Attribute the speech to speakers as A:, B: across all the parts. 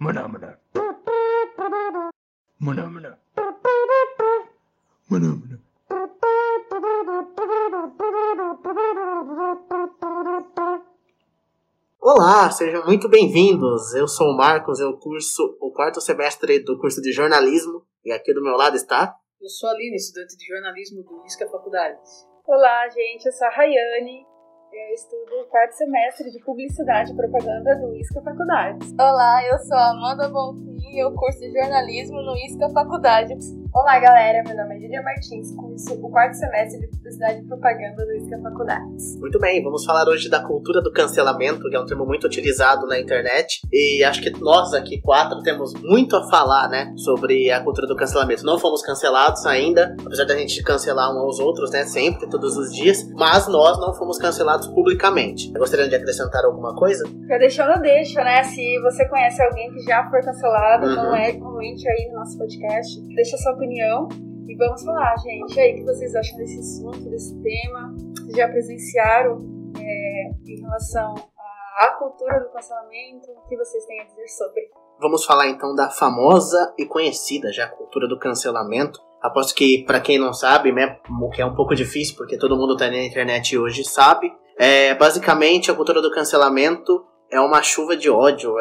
A: Maná, maná. Maná, maná. Maná, maná.
B: Olá, sejam muito bem-vindos. Eu sou o Marcos, eu curso o 4º semestre do curso de jornalismo e aqui do meu lado está...
C: Eu sou a Aline, estudante de jornalismo do ISCA Faculdade.
D: Olá, gente, eu sou a Rayane. Eu estudo o 4º semestre de Publicidade e Propaganda do ISCA Faculdade.
E: Olá, eu sou a Amanda Bonfim e eu curso jornalismo no ISCA Faculdade.
F: Olá, galera, meu nome é Júlia Martins, curso o 4º semestre de Publicidade e Propaganda do ISCA Faculdade.
B: Muito bem, vamos falar hoje da cultura do cancelamento, que é um termo muito utilizado na internet, e acho que nós aqui 4 temos muito a falar, né, sobre a cultura do cancelamento. Não fomos cancelados ainda, apesar da gente cancelar uns aos outros, né, sempre, todos os dias, mas nós não fomos cancelados publicamente. Gostariam de acrescentar alguma coisa?
D: Eu deixo, né, se você conhece alguém que já foi cancelado, não é, comente aí no nosso podcast, deixa sua opinião e vamos falar, gente. E aí, o que vocês acham desse assunto, desse tema? Vocês já presenciaram em relação à cultura do cancelamento? O que vocês têm a dizer sobre?
B: Vamos falar então da famosa e conhecida já cultura do cancelamento. Aposto que, para quem não sabe, né, o que é um pouco difícil, porque todo mundo tá na internet hoje sabe, basicamente a cultura do cancelamento é uma chuva de ódio,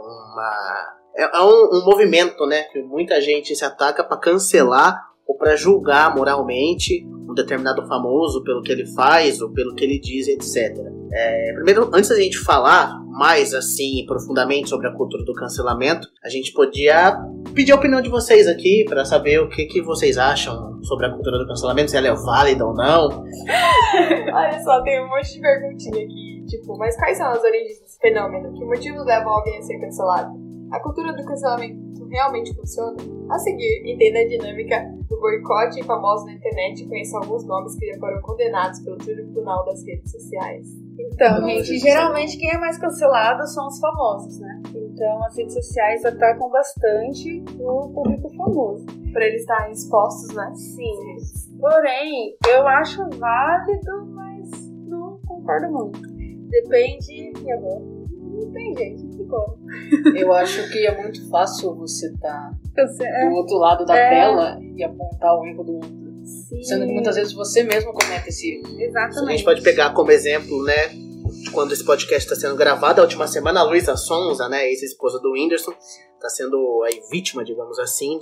B: um movimento, né, que muita gente se ataca para cancelar ou para julgar moralmente um determinado famoso pelo que ele faz ou pelo que ele diz, etc. Primeiro, antes da gente falar mais assim profundamente sobre a cultura do cancelamento, a gente podia pedir a opinião de vocês aqui para saber o que vocês acham sobre a cultura do cancelamento, se ela é válida ou não.
F: Olha só, tem um monte de perguntinha aqui, tipo, mas quais são as origens desse fenômeno? Que motivos levam alguém a ser cancelado? A cultura do cancelamento realmente funciona? A seguir, entenda a dinâmica do boicote famoso na internet e conheça alguns nomes que já foram condenados pelo Tribunal das Redes Sociais.
D: Então, gente, geralmente quem é mais cancelado são os famosos, né? Então, as redes sociais atacam bastante o público famoso.
F: Por eles estarem expostos, né?
D: Sim. Porém, eu acho válido, mas não concordo muito. Depende... E agora? Não tem jeito, não ficou.
C: Eu acho que é muito fácil você estar do outro lado da tela e apontar o erro do outro.
D: Sim.
C: Sendo que muitas vezes você mesmo comete esse erro.
D: Exatamente.
B: A gente pode pegar como exemplo, né, de quando esse podcast está sendo gravado, a última semana, a Luísa Sonza, né, ex-esposa do Whindersson, está sendo aí vítima, digamos assim,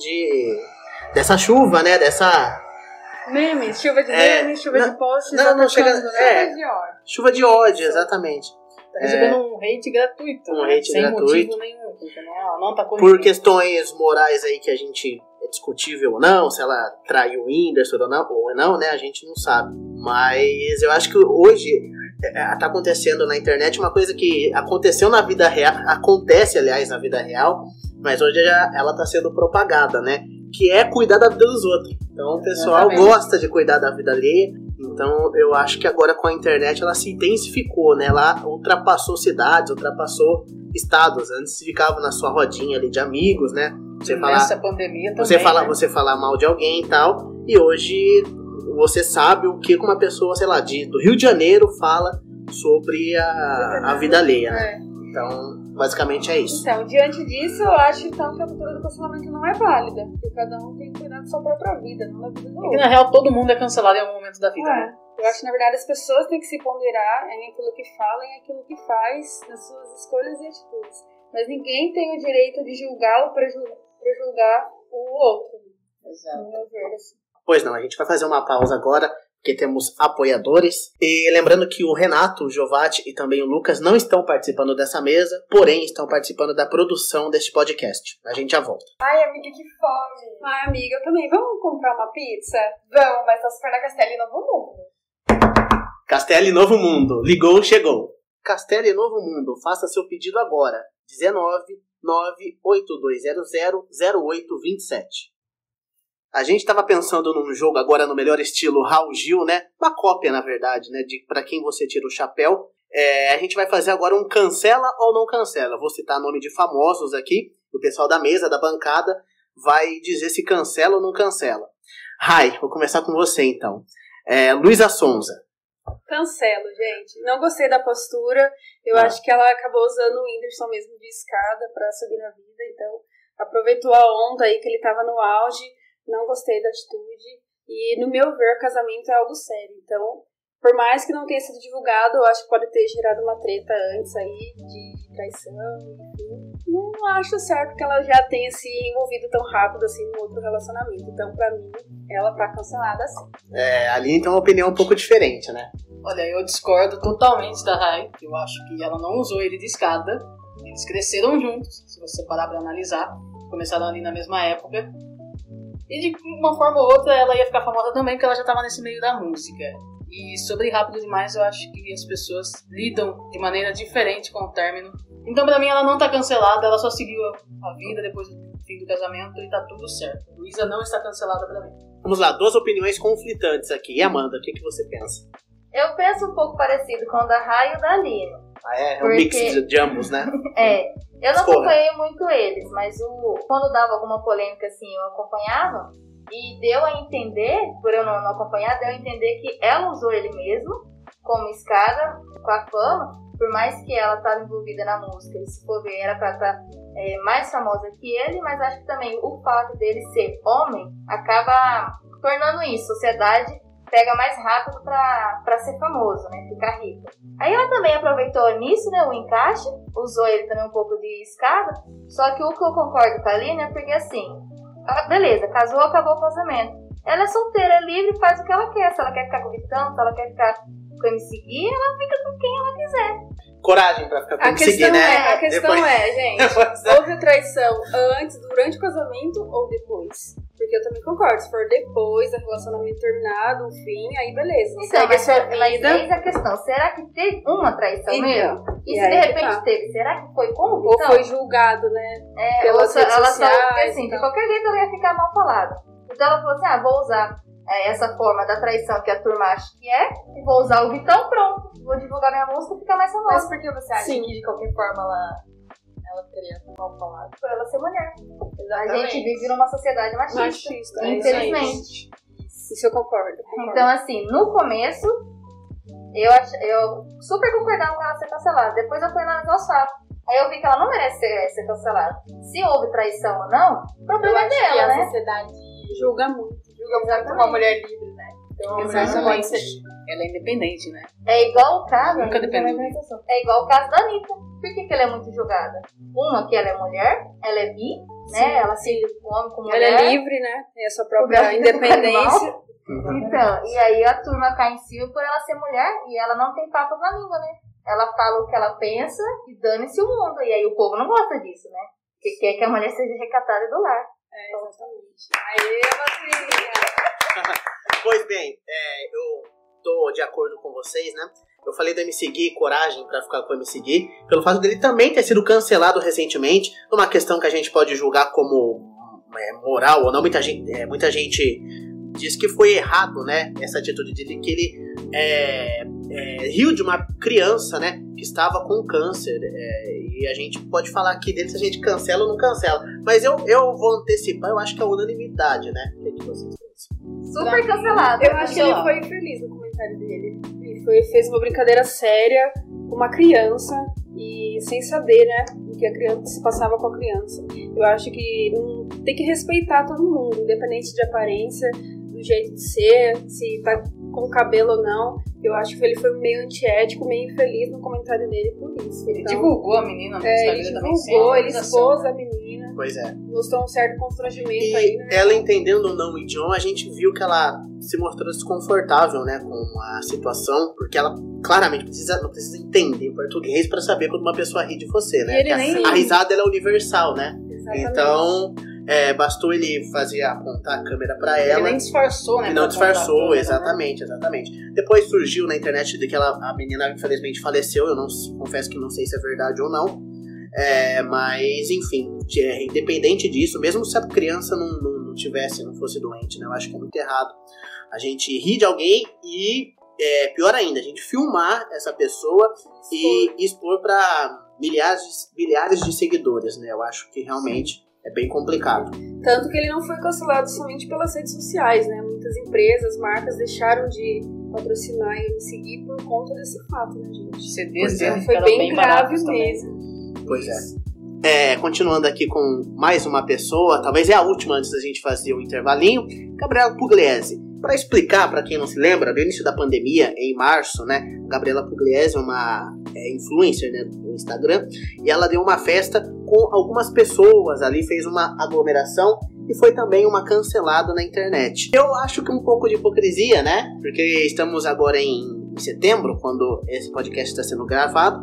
B: dessa chuva, né, dessa...
D: Memes, chuva de memes, chuva de posts.
B: Não chega...
F: Chuva de ódio.
B: Chuva de ódio, exatamente.
C: Tá recebendo um hate gratuito,
B: um
C: né?
B: hate
C: sem
B: gratuito.
C: motivo nenhum, porque não tá corrigindo.
B: Por questões morais aí que a gente é discutível ou não, se ela traiu o Whindersson ou não, né, a gente não sabe. Mas eu acho que hoje tá acontecendo na internet uma coisa que aconteceu na vida real, acontece, aliás, na vida real, mas hoje ela tá sendo propagada, né, que é cuidar da vida dos outros. Então o pessoal gosta de cuidar da vida alheia. Então eu acho que agora com a internet ela se intensificou, né? Ela ultrapassou cidades, ultrapassou estados. Antes ficava na sua rodinha ali de amigos, né?
C: Nessa pandemia também,
B: você falar mal de alguém e tal. E hoje você sabe o que uma pessoa, sei lá, do Rio de Janeiro fala sobre a vida alheia, né? Então, basicamente é isso.
D: Então, diante disso, eu acho então que a cultura do cancelamento não é válida. Porque cada um tem que cuidar da sua própria vida, não da vida do outro.
C: E na real, todo mundo é cancelado em algum momento da vida, né?
D: Eu acho que, na verdade, as pessoas têm que se ponderar naquilo que falam e naquilo que faz, nas suas escolhas e atitudes. Mas ninguém tem o direito de julgar ou prejulgar o outro.
C: Exato.
D: No meu ver, assim.
B: Pois não, a gente vai fazer uma pausa agora, porque temos apoiadores. E lembrando que o Renato, o Giovati e também o Lucas não estão participando dessa mesa, porém estão participando da produção deste podcast. A gente já volta.
F: Ai, amiga, que fome!
D: Ai, amiga, eu também. Vamos comprar uma pizza?
F: Vamos, mas tá super na Castelo e Novo Mundo.
B: Castelo Novo Mundo. Ligou, chegou. Castelo Novo Mundo. Faça seu pedido agora. 19982000827. A gente estava pensando num jogo agora no melhor estilo Raul Gil, né? Uma cópia, na verdade, né? De pra quem você tira o chapéu. A gente vai fazer agora um cancela ou não cancela. Vou citar nome de famosos aqui. O pessoal da mesa, da bancada, vai dizer se cancela ou não cancela. Rai, vou começar com você então. Luísa Sonza.
D: Cancelo, gente. Não gostei da postura. Eu acho que ela acabou usando o Whindersson mesmo de escada pra subir na vida. Então, aproveitou a onda aí que ele tava no auge. Não gostei da atitude. E, no meu ver, o casamento é algo sério. Então, por mais que não tenha sido divulgado, eu acho que pode ter gerado uma treta antes aí de traição, enfim. Não acho certo que ela já tenha se envolvido tão rápido assim em outro relacionamento. Então, pra mim, ela tá cancelada assim.
B: A Aline tem uma opinião um pouco diferente, né?
C: Olha, eu discordo totalmente da Rai. Eu acho que ela não usou ele de escada. Eles cresceram juntos, se você parar pra analisar. Começaram ali na mesma época. E de uma forma ou outra ela ia ficar famosa também, porque ela já tava nesse meio da música. E sobre Rápido Demais, eu acho que as pessoas lidam de maneira diferente com o término. Então, pra mim, ela não tá cancelada, ela só seguiu a vida depois do fim do casamento e tá tudo certo. Luísa não está cancelada pra mim.
B: Vamos lá, 2 opiniões conflitantes aqui. E Amanda, o que você pensa?
E: Eu penso um pouco parecido com o da Rai e o da Aline.
B: É um mix de ambos, né?
E: Eu não acompanhei muito eles, mas quando dava alguma polêmica assim, eu acompanhava. E deu a entender, por eu não acompanhar, deu a entender que ela usou ele mesmo como escada com a fama, por mais que ela estava envolvida na música. E se for ver, era para estar mais famosa que ele, mas acho que também o fato dele ser homem acaba tornando isso. A sociedade pega mais rápido para ser famoso, né? Ficar rico. Aí ela também aproveitou nisso, né? O encaixe, usou ele também um pouco de escada. Só que o que eu concordo com a Aline é porque assim, beleza, casou, acabou o casamento. Ela é solteira, é livre, faz o que ela quer. Se ela quer ficar com o Vitão, se ela quer ficar com o MC Gui, ela fica com quem ela quiser.
B: Coragem pra ficar com o MC Gui, né?
D: A questão é, gente, houve traição antes, durante o casamento ou depois? Porque eu também concordo, se for depois do relacionamento terminado, um fim, aí beleza.
E: Então, mas eis a questão, será que teve uma traição mesmo? E se de repente teve, será que foi com o Vitão?
D: Ou foi julgado, né?
E: Pelas redes sociais, porque assim, de qualquer jeito ela ia ficar mal falada. Então ela falou assim, vou usar essa forma da traição que a turma acha que e vou usar o Vitão, pronto. Vou divulgar minha música e ficar mais famosa.
F: Mas por que você acha que de qualquer forma ela teria mal falado?
E: Por ela ser mulher.
F: Exatamente.
E: A gente vive numa sociedade machista infelizmente.
D: Isso eu concordo.
E: Então assim, no começo eu super concordava com ela ser cancelada. Depois eu fui analisar os fatos. Aí eu vi que ela não merece ser cancelada. Se houve traição ou não, o problema é dela, né?
F: A sociedade
D: julga muito.
F: Julga muito uma mulher livre, né? Então,
C: exatamente. Ela é independente, né?
E: É igual o caso.
C: Nunca dependeu.
E: É igual o caso da Anitta. Por que ela é muito julgada? Uma, que ela é mulher, ela é bi, né? Ela se come com mulher.
D: Ela é livre, né? Tem a sua própria independência.
E: Então, e aí a turma cai em cima por ela ser mulher e ela não tem papas na língua, né? Ela fala o que ela pensa e dane-se o mundo. E aí o povo não gosta disso, né? Porque quer que a mulher seja recatada do lar.
D: Exatamente. Aê, Madrinha!
B: Pois bem, eu tô de acordo com vocês, né? Eu falei do MC Gui, coragem pra ficar com o MC Gui, pelo fato dele também ter sido cancelado recentemente, uma questão que a gente pode julgar como moral ou não. Muita gente diz que foi errado, né? Essa atitude dele, que ele riu de uma criança, né? Que estava com câncer. E a gente pode falar aqui dele se a gente cancela ou não cancela. Mas eu vou antecipar, eu acho que é a unanimidade, né? O que vocês pensam?
E: Super cancelado.
D: Eu acho que ele foi infeliz no comentário dele. Ele fez uma brincadeira séria com uma criança e sem saber, né, o que a criança se passava com a criança. Eu acho que tem que respeitar todo mundo, independente de aparência, do jeito de ser, se tá com cabelo ou não. Eu acho que ele foi meio antiético, meio infeliz no comentário dele por isso.
C: Ele divulgou a menina no Instagram também.
D: Ele expôs a menina.
B: Pois é.
D: Mostrou um certo constrangimento
B: e
D: aí, né?
B: Ela entendendo ou não o idioma, a gente viu que ela se mostrou desconfortável, né, com a situação, porque ela claramente não precisa entender português pra saber quando uma pessoa ri de você, né? A risada ela é universal, né? Exatamente. Então, bastou ele apontar a câmera pra ela.
C: Ele nem disfarçou, né?
B: Não disfarçou, exatamente. Depois surgiu na internet de que a menina infelizmente faleceu. Eu confesso que não sei se é verdade ou não. Mas, enfim, independente disso, mesmo se a criança não fosse doente, né? Eu acho que é muito errado a gente rir de alguém e, pior ainda, a gente filmar essa pessoa e expor pra milhares de seguidores, né? Eu acho que realmente é bem complicado.
D: Tanto que ele não foi cancelado somente pelas redes sociais, né? Muitas empresas, marcas deixaram de patrocinar e me seguir por conta desse fato, né, gente?
C: CDs
D: Então foi bem grave mesmo.
B: Pois é. Continuando aqui com mais uma pessoa, talvez é a última antes da gente fazer o intervalinho, Gabriela Pugliese. Para explicar, para quem não se lembra, no início da pandemia, em março, né, Gabriela Pugliese é uma influencer, né, no Instagram, e ela deu uma festa com algumas pessoas ali, fez uma aglomeração e foi também uma cancelada na internet. Eu acho que um pouco de hipocrisia, né, porque estamos agora em setembro, quando esse podcast está sendo gravado,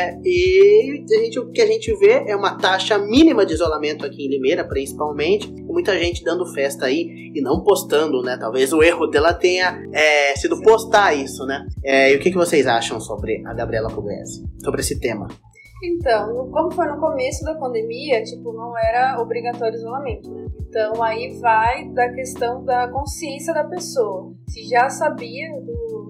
B: e o que a gente vê é uma taxa mínima de isolamento aqui em Limeira, principalmente, e muita gente dando festa aí e não postando, né? Talvez o erro dela tenha sido postar isso, né? E o que vocês acham sobre a Gabriela Pugliese, sobre esse tema?
D: Então, como foi no começo da pandemia, não era obrigatório isolamento, né? Então, aí vai da questão da consciência da pessoa. Se já sabia do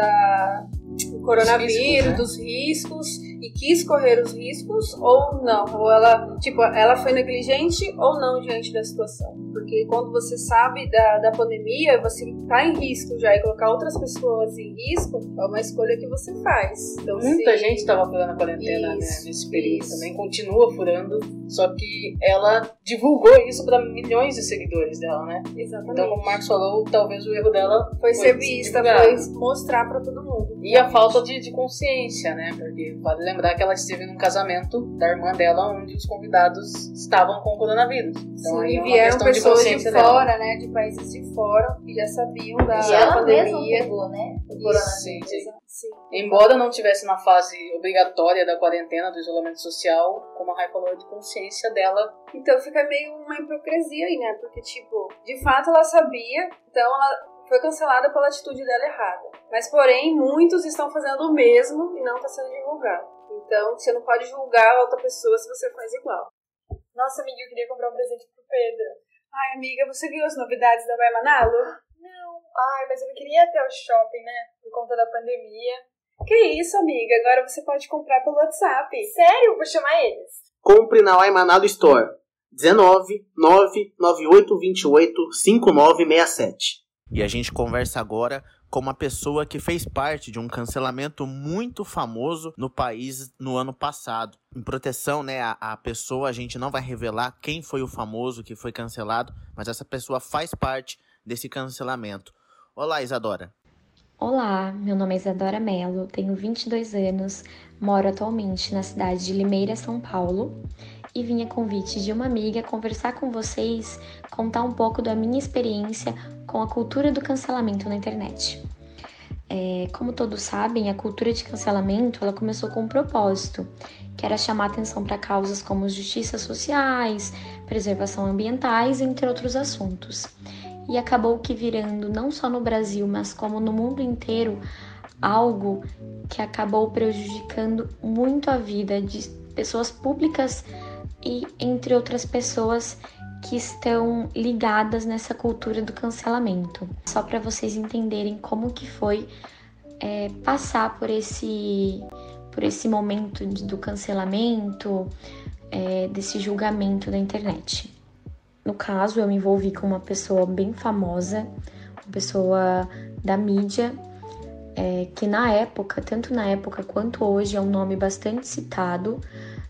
D: coronavírus, dos riscos, e quis correr os riscos ou não, ou ela foi negligente ou não diante da situação, porque quando você sabe da pandemia, você tá em risco já, e colocar outras pessoas em risco é uma escolha que você faz. Então,
C: muita gente estava furando a quarentena, né, nesse período, também continua furando, só que ela divulgou isso para milhões de seguidores dela, né?
D: Exatamente.
C: Então, como o Marcos falou, talvez o erro dela
D: foi ser vista, foi mostrar para todo mundo.
C: E a falta de consciência, né? Porque pode lembrar que ela esteve num casamento da irmã dela, onde os convidados estavam com coronavírus. Então, aí
D: vieram pessoas de fora, né? De países de fora, que já sabiam da
E: pandemia. E ela
D: mesma
E: pegou, né? O coronavírus.
C: Sim. Embora não tivesse na fase obrigatória da quarentena, do isolamento social, como a Rai falou, de consciência dela.
D: Então fica meio uma hipocrisia aí, né? Porque, de fato ela sabia, então ela foi cancelada pela atitude dela errada. Mas, porém, muitos estão fazendo o mesmo e não está sendo divulgado. Então, você não pode julgar a outra pessoa se você faz igual.
F: Nossa, amiga, eu queria comprar um presente pro Pedro.
D: Ai, amiga, você viu as novidades da Vai Manalo?
F: Não. Ai, mas eu não queria ir até o shopping, né? Por conta da pandemia.
D: Que isso, amiga? Agora você pode comprar pelo WhatsApp.
F: Sério? Vou chamar eles.
B: Compre na Vai Manalo Store. 19 99828 5967. E a gente conversa agora com uma pessoa que fez parte de um cancelamento muito famoso no país no ano passado. Em proteção, né, a pessoa, a gente não vai revelar quem foi o famoso que foi cancelado, mas essa pessoa faz parte desse cancelamento. Olá, Isadora.
A: Olá, meu nome é Isadora Mello, tenho 22 anos, moro atualmente na cidade de Limeira, São Paulo, e vim a convite de uma amiga conversar com vocês, contar um pouco da minha experiência com a cultura do cancelamento na internet. Como todos sabem, a cultura de cancelamento ela começou com um propósito, que era chamar atenção para causas como justiças sociais, preservação ambientais, entre outros assuntos. E acabou que virando, não só no Brasil, mas como no mundo inteiro, algo que acabou prejudicando muito a vida de pessoas públicas e entre outras pessoas que estão ligadas nessa cultura do cancelamento. Só para vocês entenderem como que foi passar por esse momento do cancelamento, desse julgamento da internet. No caso, eu me envolvi com uma pessoa bem famosa, uma pessoa da mídia, que na época, tanto na época quanto hoje, é um nome bastante citado,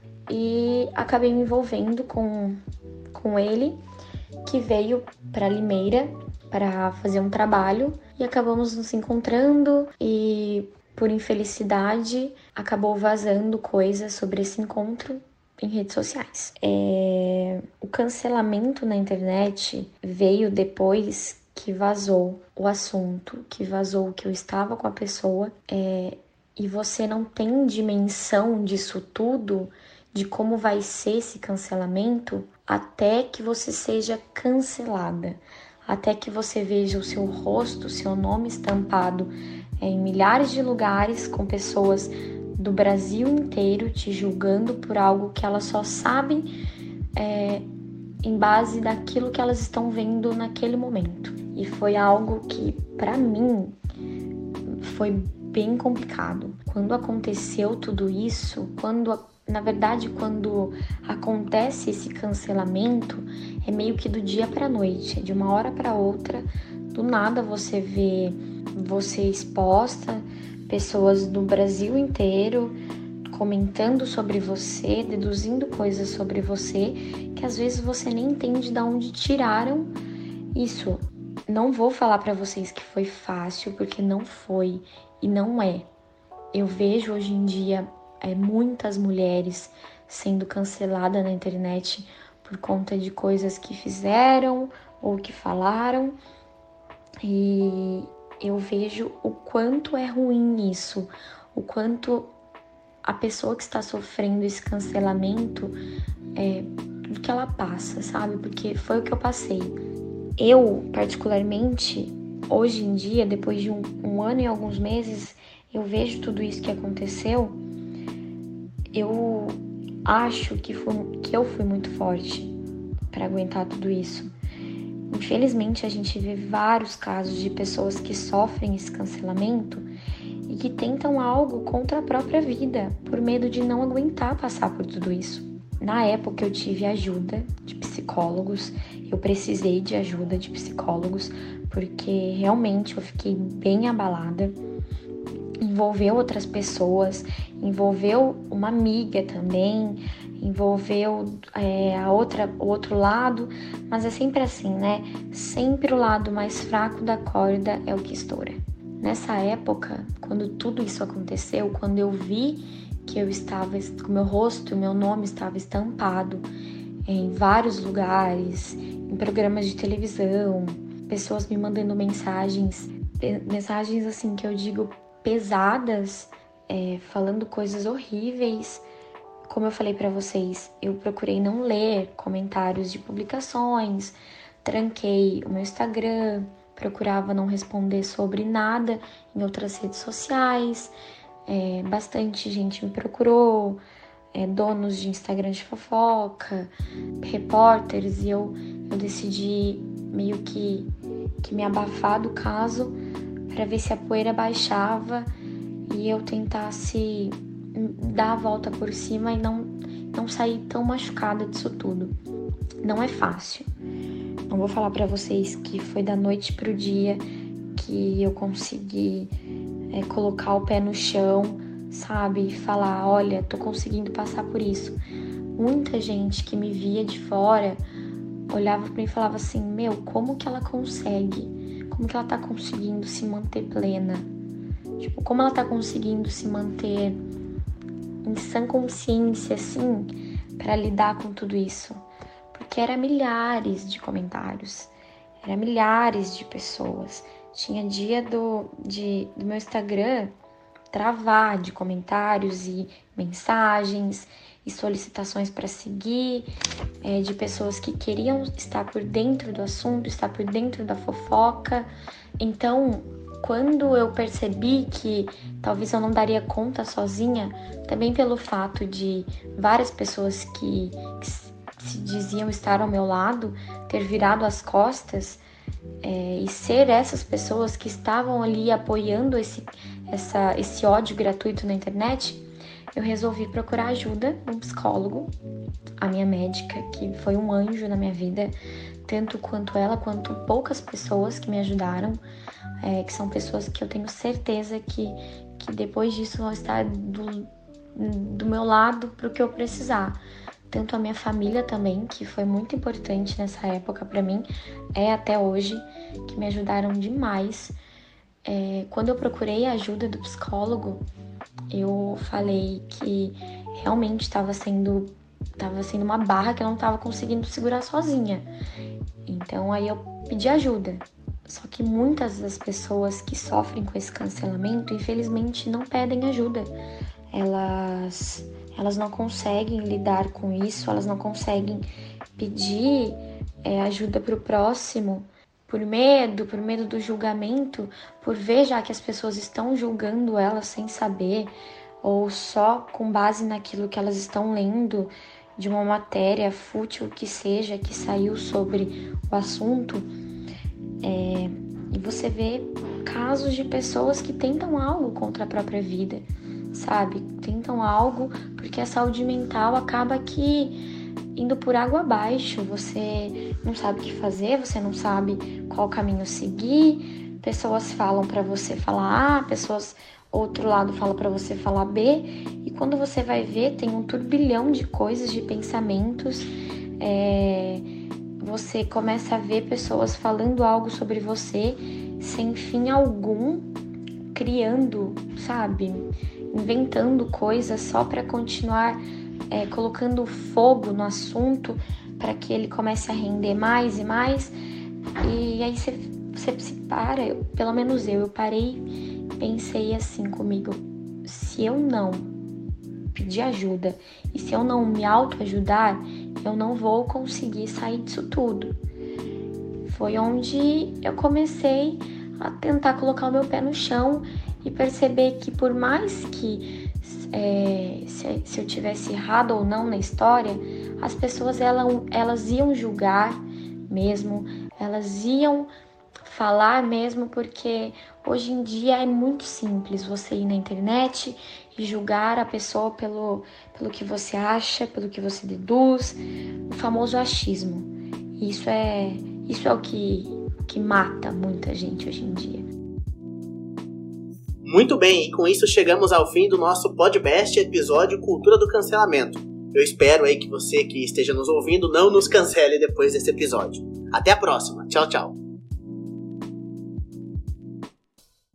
A: e acabei me envolvendo com ele, que veio para Limeira para fazer um trabalho, e acabamos nos encontrando, e por infelicidade acabou vazando coisas sobre esse encontro em redes sociais. O cancelamento na internet veio depois que vazou o assunto, que vazou que eu estava com a pessoa, e você não tem dimensão disso tudo, de como vai ser esse cancelamento, até que você seja cancelada, até que você veja o seu rosto, o seu nome estampado em milhares de lugares, com pessoas do Brasil inteiro te julgando por algo que elas só sabem em base daquilo que elas estão vendo naquele momento. E foi algo que, para mim, foi bem complicado. Quando aconteceu tudo isso, quando acontece esse cancelamento, é meio que do dia para a noite, de uma hora para outra, do nada você vê você exposta, pessoas do Brasil inteiro comentando sobre você, deduzindo coisas sobre você, que às vezes você nem entende de onde tiraram isso. Não vou falar pra vocês que foi fácil, porque não foi e não é. Eu vejo hoje em dia muitas mulheres sendo canceladas na internet por conta de coisas que fizeram ou que falaram, e eu vejo o quanto é ruim isso, o quanto a pessoa que está sofrendo esse cancelamento, tudo que ela passa, sabe? Porque foi o que eu passei. Eu, particularmente, hoje em dia, depois de um ano e alguns meses, eu vejo tudo isso que aconteceu, eu acho que eu fui muito forte para aguentar tudo isso. Infelizmente, a gente vê vários casos de pessoas que sofrem esse cancelamento e que tentam algo contra a própria vida, por medo de não aguentar passar por tudo isso. Na época, eu tive ajuda de psicólogos, eu precisei de ajuda de psicólogos, porque realmente eu fiquei bem abalada. Envolveu outras pessoas, envolveu uma amiga também, envolveu o outro lado, mas é sempre assim, né? Sempre o lado mais fraco da corda é o que estoura. Nessa época, quando tudo isso aconteceu, quando eu vi que eu estava com meu rosto, meu nome estava estampado em vários lugares, em programas de televisão, pessoas me mandando mensagens assim que eu digo pesadas, falando coisas horríveis. Como eu falei pra vocês, eu procurei não ler comentários de publicações, tranquei o meu Instagram, procurava não responder sobre nada em outras redes sociais. Bastante gente me procurou, donos de Instagram de fofoca, repórteres, e eu decidi meio que me abafar do caso para ver se a poeira baixava e eu tentasse dar a volta por cima e não sair tão machucada disso tudo. Não é fácil. Não vou falar para vocês que foi da noite pro dia que eu consegui colocar o pé no chão, sabe? E falar, olha, tô conseguindo passar por isso. Muita gente que me via de fora olhava pra mim e falava assim, meu, como que ela consegue? Como que ela tá conseguindo se manter plena? Tipo, como ela tá conseguindo se manter em sã consciência, assim, pra lidar com tudo isso? Porque era milhares de comentários, era milhares de pessoas. Tinha dia do meu Instagram travar de comentários e mensagens e solicitações para seguir, de pessoas que queriam estar por dentro do assunto, estar por dentro da fofoca. Então, quando eu percebi que talvez eu não daria conta sozinha, também pelo fato de várias pessoas que se diziam estar ao meu lado ter virado as costas, e ser essas pessoas que estavam ali apoiando esse ódio gratuito na internet, eu resolvi procurar ajuda de um psicólogo, a minha médica, que foi um anjo na minha vida, tanto quanto ela, quanto poucas pessoas que me ajudaram, que são pessoas que eu tenho certeza que depois disso vão estar do meu lado para o que eu precisar. Tanto a minha família também, que foi muito importante nessa época para mim, até hoje, que me ajudaram demais. Quando eu procurei a ajuda do psicólogo, eu falei que realmente estava sendo uma barra que eu não estava conseguindo segurar sozinha. Então aí eu pedi ajuda. Só que muitas das pessoas que sofrem com esse cancelamento, infelizmente, não pedem ajuda. Elas não conseguem lidar com isso, elas não conseguem pedir ajuda para o próximo por medo do julgamento, por ver já que as pessoas estão julgando elas sem saber, ou só com base naquilo que elas estão lendo de uma matéria fútil que seja, que saiu sobre o assunto. E você vê casos de pessoas que tentam algo contra a própria vida, sabe? Tentam algo porque a saúde mental acaba que indo por água abaixo. Você não sabe o que fazer, você não sabe qual caminho seguir, pessoas falam pra você falar A, pessoas, outro lado fala pra você falar B, e quando você vai ver, tem um turbilhão de coisas, de pensamentos, você começa a ver pessoas falando algo sobre você sem fim algum, criando, sabe, inventando coisas só pra continuar colocando fogo no assunto, para que ele comece a render mais e mais. E aí você se para, pelo menos eu parei, pensei assim comigo: se eu não pedir ajuda e se eu não me autoajudar, eu não vou conseguir sair disso tudo. Foi onde eu comecei a tentar colocar o meu pé no chão e perceber que, por mais que se eu tivesse errado ou não na história, as pessoas elas iam julgar mesmo, elas iam falar mesmo, porque hoje em dia é muito simples você ir na internet e julgar a pessoa pelo que você acha, pelo que você deduz, o famoso achismo. Isso é o que mata muita gente hoje em dia.
B: Muito bem, e com isso chegamos ao fim do nosso podcast episódio Cultura do Cancelamento. Eu espero aí que você que esteja nos ouvindo não nos cancele depois desse episódio. Até a próxima. Tchau, tchau.